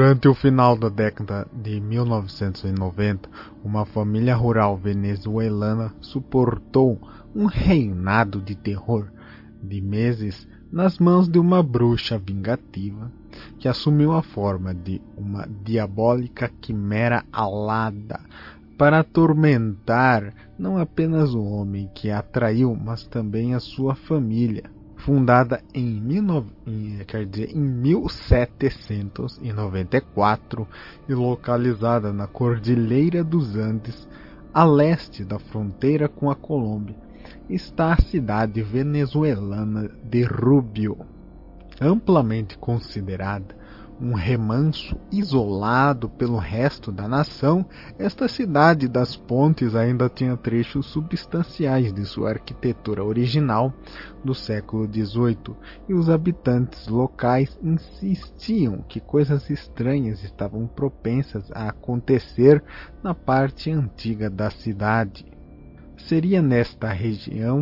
Durante o final da década de 1990, uma família rural venezuelana suportou um reinado de terror de meses nas mãos de uma bruxa vingativa que assumiu a forma de uma diabólica quimera alada para atormentar não apenas o homem que a atraiu, mas também a sua família. Fundada em 1794 e localizada na Cordilheira dos Andes, a leste da fronteira com a Colômbia, está a cidade venezuelana de Rubio. Amplamente considerada um remanso isolado pelo resto da nação, esta cidade das pontes ainda tinha trechos substanciais de sua arquitetura original do século XVIII, e os habitantes locais insistiam que coisas estranhas estavam propensas a acontecer na parte antiga da cidade. Seria nesta região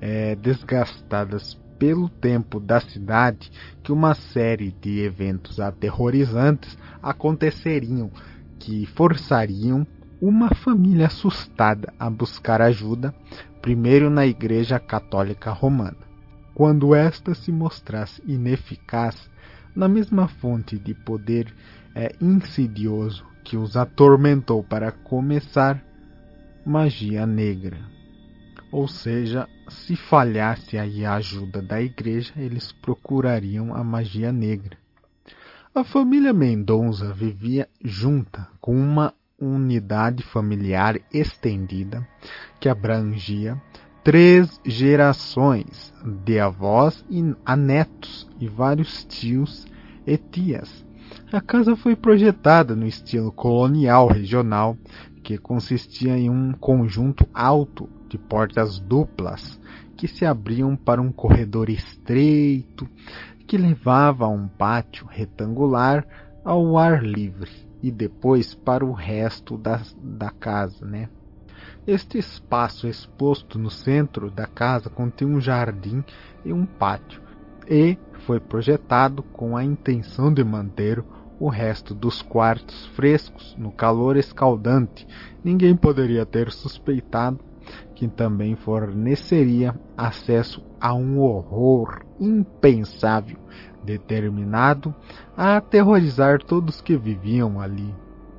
desgastadas pelo tempo da cidade que uma série de eventos aterrorizantes aconteceriam que forçariam uma família assustada a buscar ajuda, primeiro na Igreja Católica Romana. Quando esta se mostrasse ineficaz, na mesma fonte de poder insidioso que os atormentou para começar, magia negra. Ou seja, se falhasse aí a ajuda da igreja, eles procurariam a magia negra. A família Mendonça vivia junta com uma unidade familiar estendida que abrangia 3 gerações de avós a netos e vários tios e tias. A casa foi projetada no estilo colonial regional, que consistia em um conjunto alto de portas duplas que se abriam para um corredor estreito que levava a um pátio retangular ao ar livre e depois para o resto da casa, Este espaço exposto no centro da casa continha um jardim e um pátio e foi projetado com a intenção de manter o resto dos quartos frescos no calor escaldante. Ninguém poderia ter suspeitado que também forneceria acesso a um horror impensável, determinado a aterrorizar todos que viviam ali.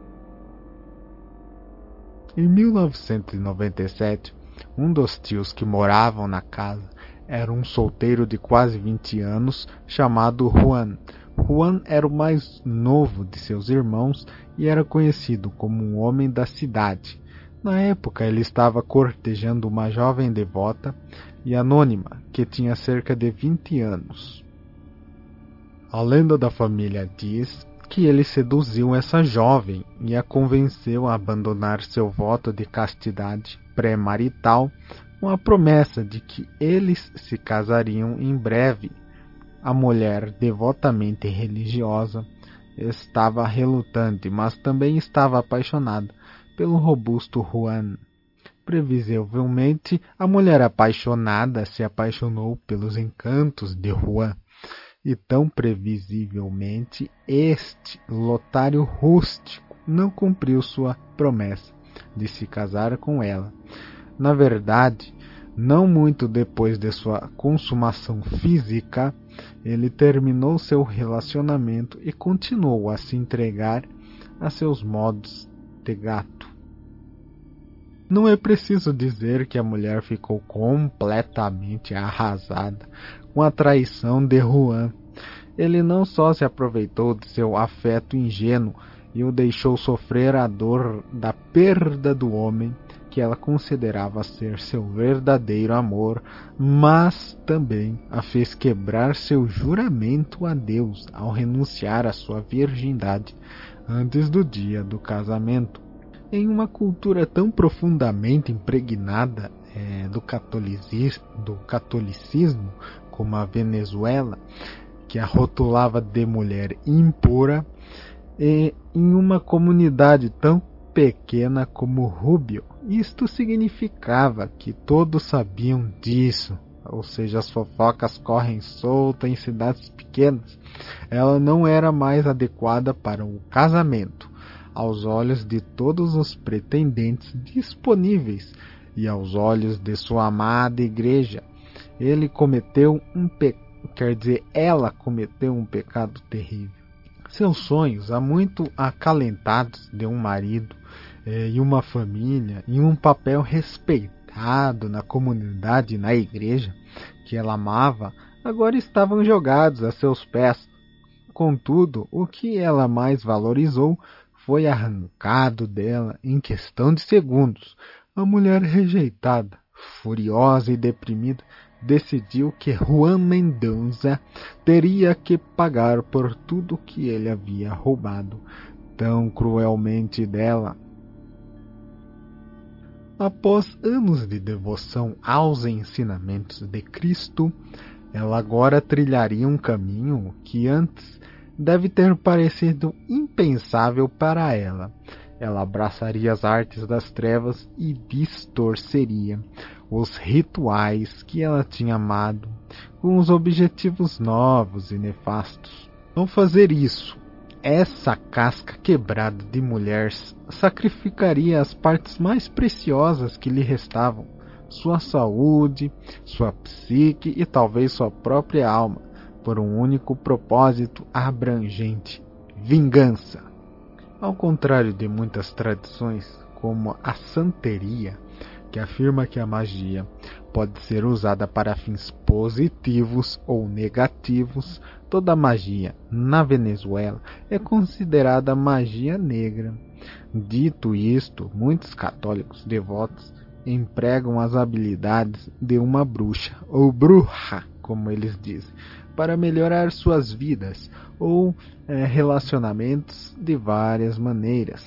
Em 1997, um dos tios que moravam na casa era um solteiro de quase 20 anos chamado Juan. Juan era o mais novo de seus irmãos e era conhecido como um homem da cidade. Na época, ele estava cortejando uma jovem devota e anônima que tinha cerca de 20 anos. A lenda da família diz que ele seduziu essa jovem e a convenceu a abandonar seu voto de castidade pré-marital com a promessa de que eles se casariam em breve. A mulher, devotamente religiosa, estava relutante, mas também estava apaixonada pelo robusto Juan. Previsivelmente, a mulher apaixonada se apaixonou pelos encantos de Juan. E tão previsivelmente, este lotário rústico não cumpriu sua promessa de se casar com ela. Na verdade, não muito depois de sua consumação física, ele terminou seu relacionamento e continuou a se entregar a seus modos de gato. Não é preciso dizer que a mulher ficou completamente arrasada com a traição de Juan. Ele não só se aproveitou de seu afeto ingênuo e o deixou sofrer a dor da perda do homem que ela considerava ser seu verdadeiro amor, mas também a fez quebrar seu juramento a Deus ao renunciar à sua virgindade antes do dia do casamento. Em uma cultura tão profundamente impregnada do catolicismo como a Venezuela, que a rotulava de mulher impura, e em uma comunidade tão pequena como Rubio, isto significava que todos sabiam disso. ou seja, as fofocas correm solta em cidades pequenas, ela não era mais adequada para o casamento, aos olhos de todos os pretendentes disponíveis e aos olhos de sua amada igreja. Ela cometeu um pecado terrível. Seus sonhos, há muito acalentados de um marido e uma família e um papel respeitado na comunidade e na igreja que ela amava, agora estavam jogados a seus pés. Contudo, o que ela mais valorizou foi arrancado dela em questão de segundos. A mulher rejeitada, furiosa e deprimida, decidiu que Juan Mendonça teria que pagar por tudo que ele havia roubado tão cruelmente dela. Após anos de devoção aos ensinamentos de Cristo, ela agora trilharia um caminho que antes deve ter parecido impensável para ela. Ela abraçaria as artes das trevas e distorceria os rituais que ela tinha amado com os objetivos novos e nefastos. Ao fazer isso, essa casca quebrada de mulher sacrificaria as partes mais preciosas que lhe restavam, sua saúde, sua psique e talvez sua própria alma, por um único propósito abrangente: vingança. Ao contrário de muitas tradições, como a santeria, que afirma que a magia pode ser usada para fins positivos ou negativos, toda magia na Venezuela é considerada magia negra. Dito isto, muitos católicos devotos empregam as habilidades de uma bruxa, ou bruja, como eles dizem, para melhorar suas vidas ou relacionamentos de várias maneiras.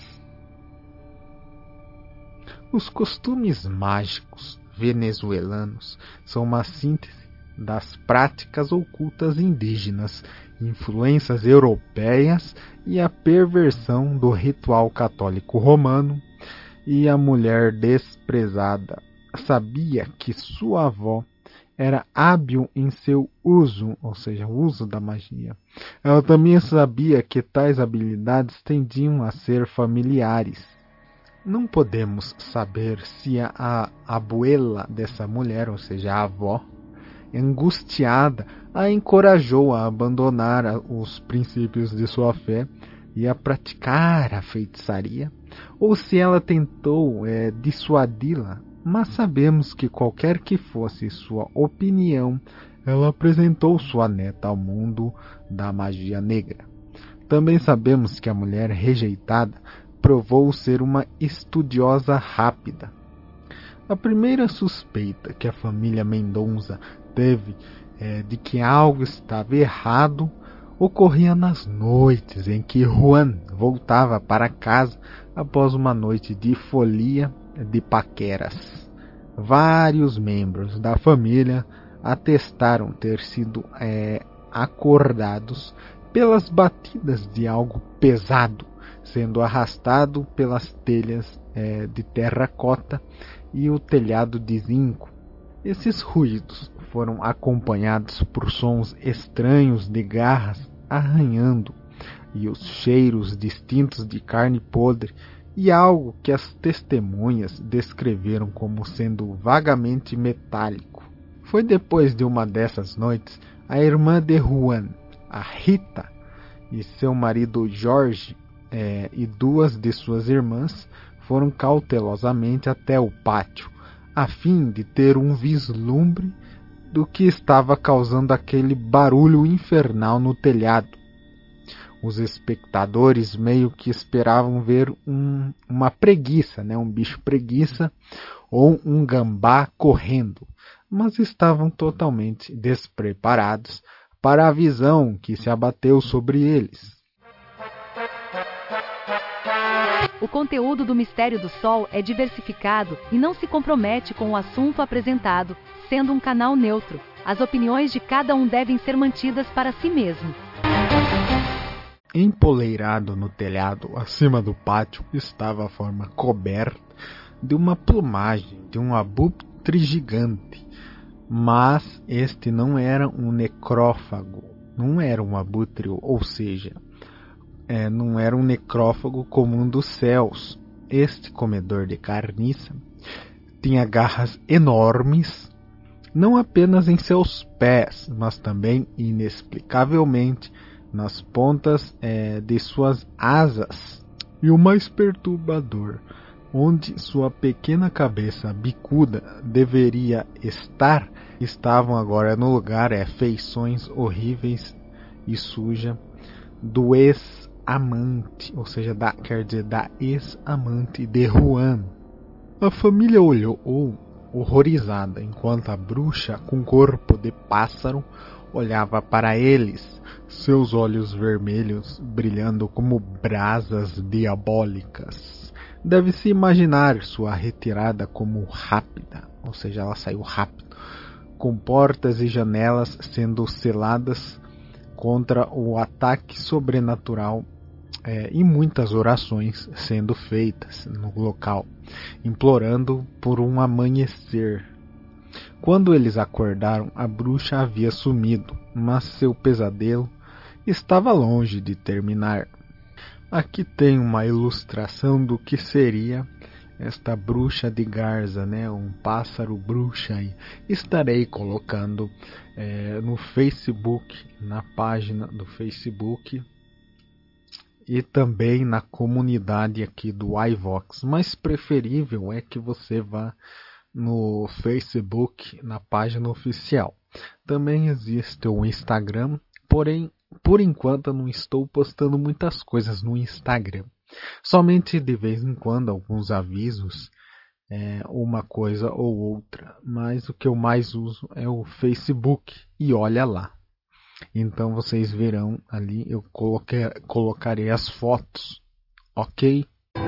Os costumes mágicos venezuelanos são uma síntese das práticas ocultas indígenas, influências europeias e a perversão do ritual católico romano. E a mulher desprezada sabia que sua avó era hábil em seu uso, ou seja, o uso da magia. Ela também sabia que tais habilidades tendiam a ser familiares. Não podemos saber se a abuela dessa mulher, ou seja, a avó, angustiada, a encorajou a abandonar os princípios de sua fé e a praticar a feitiçaria, ou se ela tentou dissuadi-la, mas sabemos que qualquer que fosse sua opinião, ela apresentou sua neta ao mundo da magia negra. Também sabemos que a mulher rejeitada provou ser uma estudiosa rápida. A primeira suspeita que a família Mendonça teve de que algo estava errado ocorria nas noites em que Juan voltava para casa após uma noite de folia de paqueras. Vários membros da família atestaram ter sido acordados pelas batidas de algo pesado sendo arrastado pelas telhas de terracota e o telhado de zinco. Esses ruídos foram acompanhados por sons estranhos de garras arranhando e os cheiros distintos de carne podre e algo que as testemunhas descreveram como sendo vagamente metálico. Foi depois de uma dessas noites, a irmã de Juan, a Rita, e seu marido Jorge e duas de suas irmãs foram cautelosamente até o pátio, a fim de ter um vislumbre do que estava causando aquele barulho infernal no telhado. Os espectadores meio que esperavam ver uma preguiça, um bicho preguiça ou um gambá correndo, mas estavam totalmente despreparados para a visão que se abateu sobre eles. O conteúdo do Mistério do Sol é diversificado e não se compromete com o assunto apresentado, sendo um canal neutro. As opiniões de cada um devem ser mantidas para si mesmo. Empoleirado no telhado, acima do pátio, estava a forma coberta de uma plumagem de um abutre gigante. Mas este não era um necrófago, não era um abutre, ou seja, não era um necrófago comum dos céus. Este comedor de carniça tinha garras enormes, não apenas em seus pés, mas também, inexplicavelmente, nas pontas de suas asas. E o mais perturbador, onde sua pequena cabeça bicuda deveria estar, estavam agora no lugar feições horríveis e suja do ex-amante, ou seja, quer dizer, da ex-amante de Juan. A família olhou horrorizada enquanto a bruxa com corpo de pássaro olhava para eles, seus olhos vermelhos brilhando como brasas diabólicas. Deve-se imaginar sua retirada como rápida, ou seja, ela saiu rápido, com portas e janelas sendo seladas contra o ataque sobrenatural e muitas orações sendo feitas no local, implorando por um amanhecer. Quando eles acordaram, a bruxa havia sumido, mas seu pesadelo estava longe de terminar. Aqui tem uma ilustração do que seria esta bruxa de Garza, né? Um pássaro bruxa aí. Estarei colocando no Facebook, na página do Facebook e também na comunidade aqui do iVox. Mas preferível é que você vá no Facebook, na página oficial. Também existe o Instagram, porém, por enquanto eu não estou postando muitas coisas no Instagram. Somente de vez em quando alguns avisos, uma coisa ou outra. Mas o que eu mais uso é o Facebook e olha lá. Então vocês verão ali, eu colocarei as fotos, ok?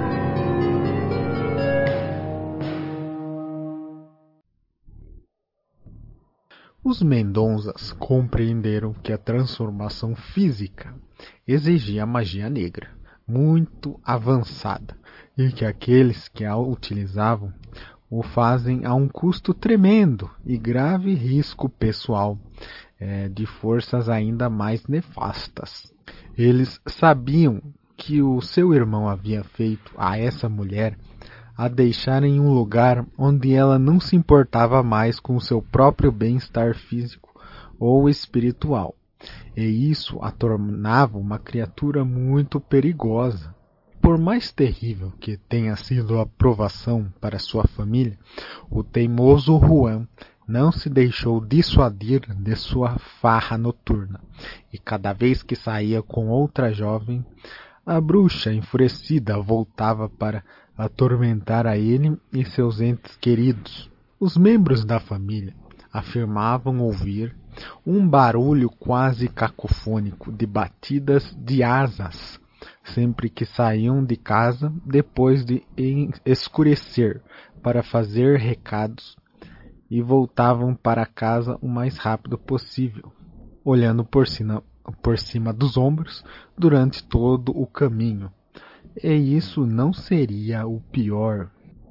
Os Mendonças compreenderam que a transformação física exigia magia negra, muito avançada, e que aqueles que a utilizavam o fazem a um custo tremendo e grave risco pessoal, de forças ainda mais nefastas. Eles sabiam que o seu irmão havia feito a essa mulher a deixar em um lugar onde ela não se importava mais com o seu próprio bem-estar físico ou espiritual, e isso a tornava uma criatura muito perigosa. Por mais terrível que tenha sido a provação para sua família, o teimoso Juan não se deixou dissuadir de sua farra noturna, e cada vez que saía com outra jovem, a bruxa enfurecida voltava para atormentar a ele e seus entes queridos. Os membros da família afirmavam ouvir um barulho quase cacofônico de batidas de asas sempre que saíam de casa depois de escurecer para fazer recados e voltavam para casa o mais rápido possível, olhando por cima dos ombros durante todo o caminho. E isso não seria o pior.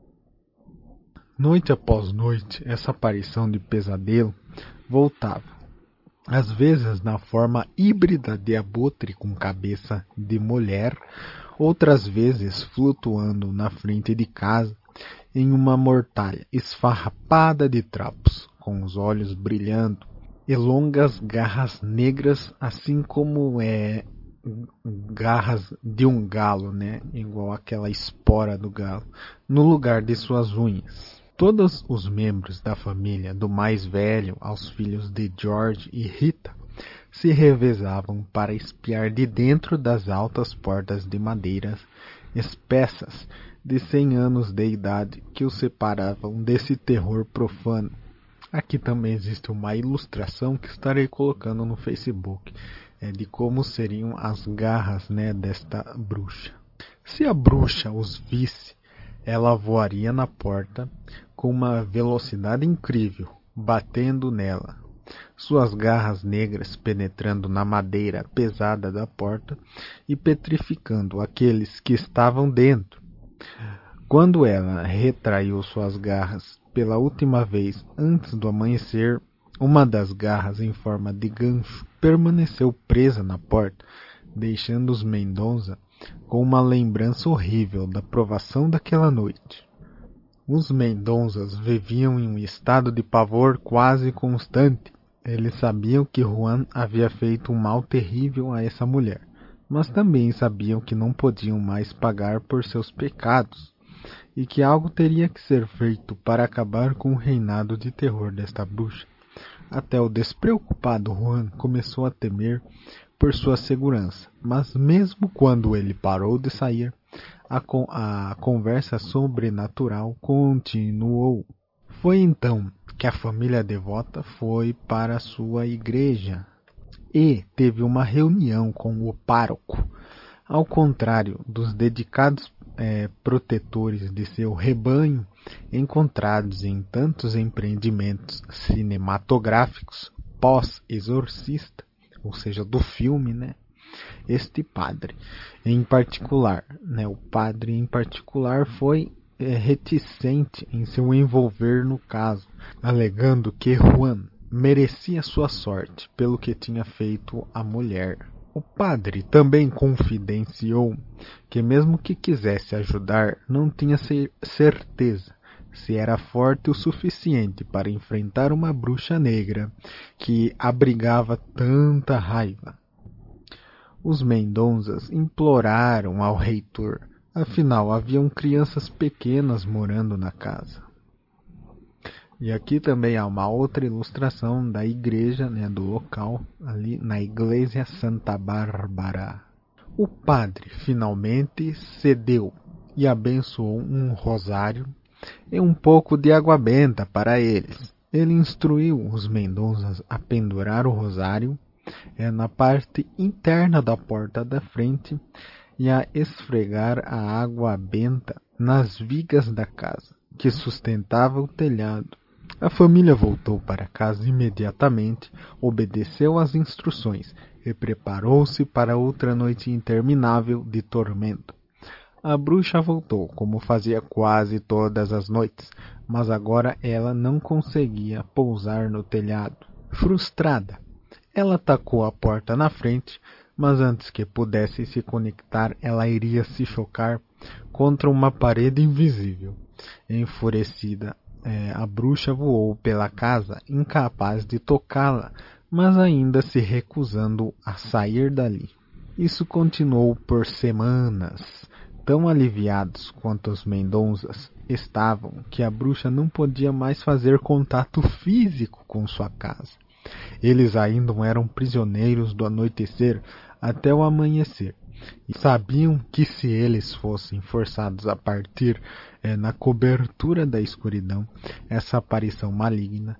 Noite após noite, essa aparição de pesadelo voltava, às vezes na forma híbrida de abutre com cabeça de mulher, outras vezes flutuando na frente de casa em uma mortalha esfarrapada de trapos, com os olhos brilhando e longas garras negras, assim como garras de um galo, né? Igual aquela espora do galo, no lugar de suas unhas. Todos os membros da família, do mais velho aos filhos de George e Rita, se revezavam para espiar de dentro das altas portas de madeira espessas de 100 anos de idade que os separavam desse terror profano. Aqui também existe uma ilustração que estarei colocando no Facebook, de como seriam as garras, né, desta bruxa. Se a bruxa os visse, ela voaria na porta com uma velocidade incrível, batendo nela, suas garras negras penetrando na madeira pesada da porta e petrificando aqueles que estavam dentro. Quando ela retraiu suas garras pela última vez antes do amanhecer, uma das garras em forma de gancho permaneceu presa na porta, deixando os Mendonça com uma lembrança horrível da provação daquela noite. Os Mendonças viviam em um estado de pavor quase constante. Eles sabiam que Juan havia feito um mal terrível a essa mulher, mas também sabiam que não podiam mais pagar por seus pecados, e que algo teria que ser feito para acabar com o reinado de terror desta bruxa. Até o despreocupado Juan começou a temer por sua segurança, mas mesmo quando ele parou de sair, a conversa sobrenatural continuou. Foi então que a família devota foi para sua igreja e teve uma reunião com o pároco. Ao contrário dos dedicados protetores de seu rebanho, encontrados em tantos empreendimentos cinematográficos pós-exorcista, ou seja, do filme, né? Este padre, em particular, o padre em particular foi reticente em se envolver no caso, alegando que Juan merecia sua sorte pelo que tinha feito à mulher. O padre também confidenciou que mesmo que quisesse ajudar, não tinha certeza se era forte o suficiente para enfrentar uma bruxa negra que abrigava tanta raiva. Os Mendonças imploraram ao reitor, afinal haviam crianças pequenas morando na casa. E aqui também há uma outra ilustração da igreja, do local, ali na Igreja Santa Bárbara. O padre finalmente cedeu e abençoou um rosário e um pouco de água benta para eles. Ele instruiu os Mendonças a pendurar o rosário na parte interna da porta da frente e a esfregar a água benta nas vigas da casa, que sustentava o telhado. A família voltou para casa imediatamente, obedeceu às instruções e preparou-se para outra noite interminável de tormento. A bruxa voltou, como fazia quase todas as noites, mas agora ela não conseguia pousar no telhado. Frustrada, ela tacou a porta na frente, mas antes que pudesse se conectar, ela iria se chocar contra uma parede invisível. Enfurecida, a bruxa voou pela casa, incapaz de tocá-la, mas ainda se recusando a sair dali. Isso continuou por semanas. Tão aliviados quanto os Mendonças estavam que a bruxa não podia mais fazer contato físico com sua casa. Eles ainda eram prisioneiros do anoitecer até o amanhecer, e sabiam que se eles fossem forçados a partir na cobertura da escuridão, essa aparição maligna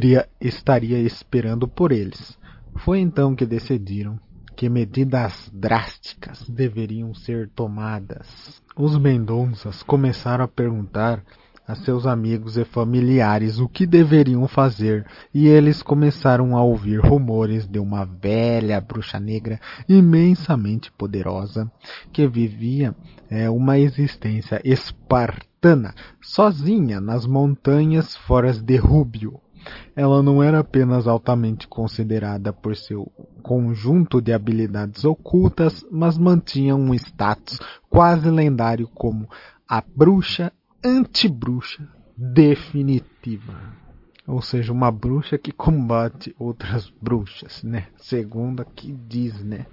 estaria esperando por eles. Foi então que decidiram que medidas drásticas deveriam ser tomadas. Os Mendonças começaram a perguntar a seus amigos e familiares o que deveriam fazer, e eles começaram a ouvir rumores de uma velha bruxa negra imensamente poderosa que vivia uma existência espartana, sozinha nas montanhas fora de Rubio. Ela não era apenas altamente considerada por seu conjunto de habilidades ocultas, mas mantinha um status quase lendário como a bruxa antibruxa definitiva. Ou seja, uma bruxa que combate outras bruxas, Segundo a que diz,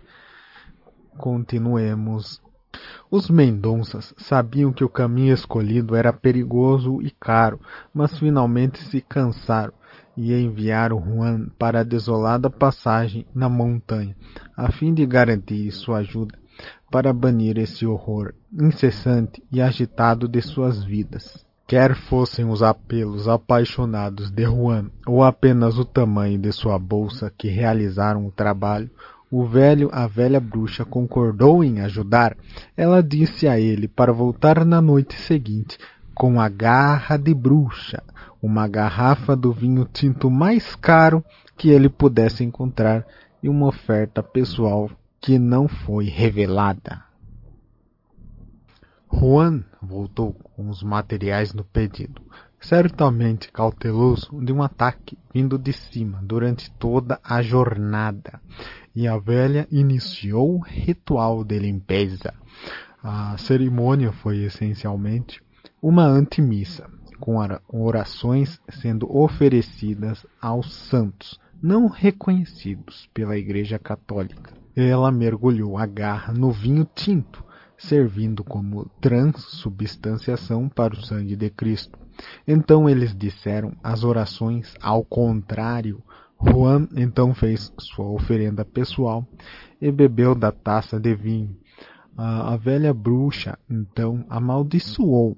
Continuemos. Os Mendonças sabiam que o caminho escolhido era perigoso e caro, mas finalmente se cansaram e enviaram Juan para a desolada passagem na montanha, a fim de garantir sua ajuda para banir esse horror incessante e agitado de suas vidas. Quer fossem os apelos apaixonados de Juan ou apenas o tamanho de sua bolsa que realizaram o trabalho, a velha bruxa concordou em ajudar. Ela disse a ele para voltar na noite seguinte com a garra de bruxa, uma garrafa do vinho tinto mais caro que ele pudesse encontrar e uma oferta pessoal que não foi revelada. Juan voltou com os materiais no pedido. certamente cauteloso de um ataque vindo de cima durante toda a jornada. E a velha iniciou o ritual de limpeza. A cerimônia foi essencialmente uma antimissa, com orações sendo oferecidas aos santos, não reconhecidos pela Igreja Católica. Ela mergulhou a garra no vinho tinto, servindo como transubstanciação para o sangue de Cristo. Então eles disseram as orações ao contrário. Juan então fez sua oferenda pessoal e bebeu da taça de vinho. A velha bruxa então amaldiçoou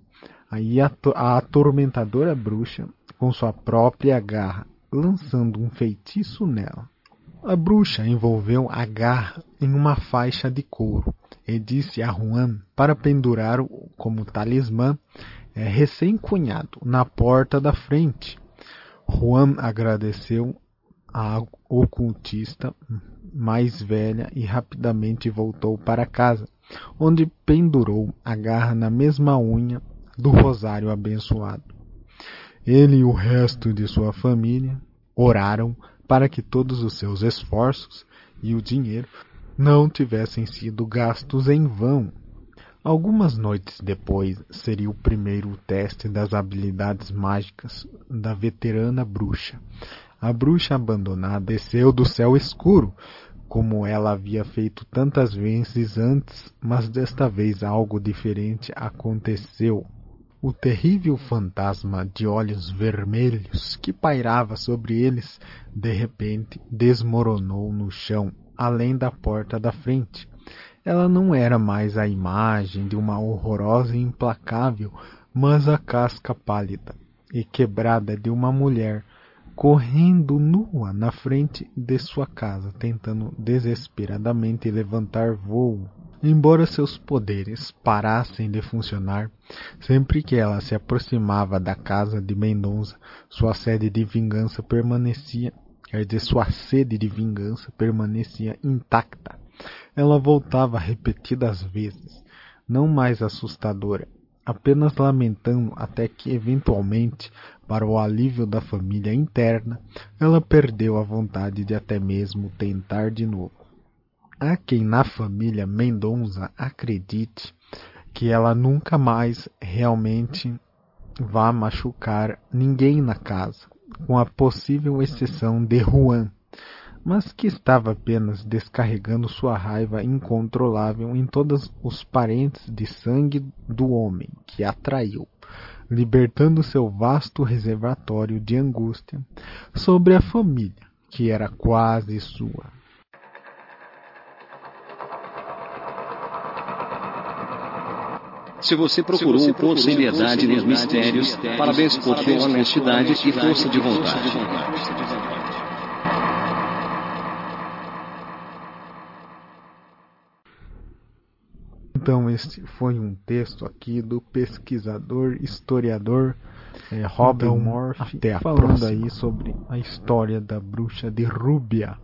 a atormentadora bruxa com sua própria garra, lançando um feitiço nela. A bruxa envolveu a garra em uma faixa de couro e disse a Juan para pendurar como talismã recém-cunhado na porta da frente. Juan agradeceu a ocultista mais velha e rapidamente voltou para casa, onde pendurou a garra na mesma unha do rosário abençoado. Ele e o resto de sua família oraram para que todos os seus esforços e o dinheiro não tivessem sido gastos em vão. Algumas noites depois seria o primeiro teste das habilidades mágicas da veterana bruxa. A bruxa abandonada desceu do céu escuro, como ela havia feito tantas vezes antes, mas desta vez algo diferente aconteceu. O terrível fantasma de olhos vermelhos que pairava sobre eles, de repente desmoronou no chão, além da porta da frente. Ela não era mais a imagem de uma horrorosa e implacável, mas a casca pálida e quebrada de uma mulher, correndo nua na frente de sua casa, tentando desesperadamente levantar voo. Embora seus poderes parassem de funcionar, sempre que ela se aproximava da casa de Mendonça, sua sede de vingança permanecia intacta. Ela voltava repetidas vezes, não mais assustadora, apenas lamentando até que, eventualmente, para o alívio da família interna, ela perdeu a vontade de até mesmo tentar de novo. Há quem na família Mendonça acredite que ela nunca mais realmente vá machucar ninguém na casa, com a possível exceção de Juan, mas que estava apenas descarregando sua raiva incontrolável em todos os parentes de sangue do homem que a traiu, libertando seu vasto reservatório de angústia sobre a família que era quase sua. Se você procurou por seriedade nos mistérios, parabéns por sua honestidade e força de vontade. Então este foi um texto aqui do pesquisador, historiador Robin Morphy, falando aí sobre a história da bruxa de Rúbia.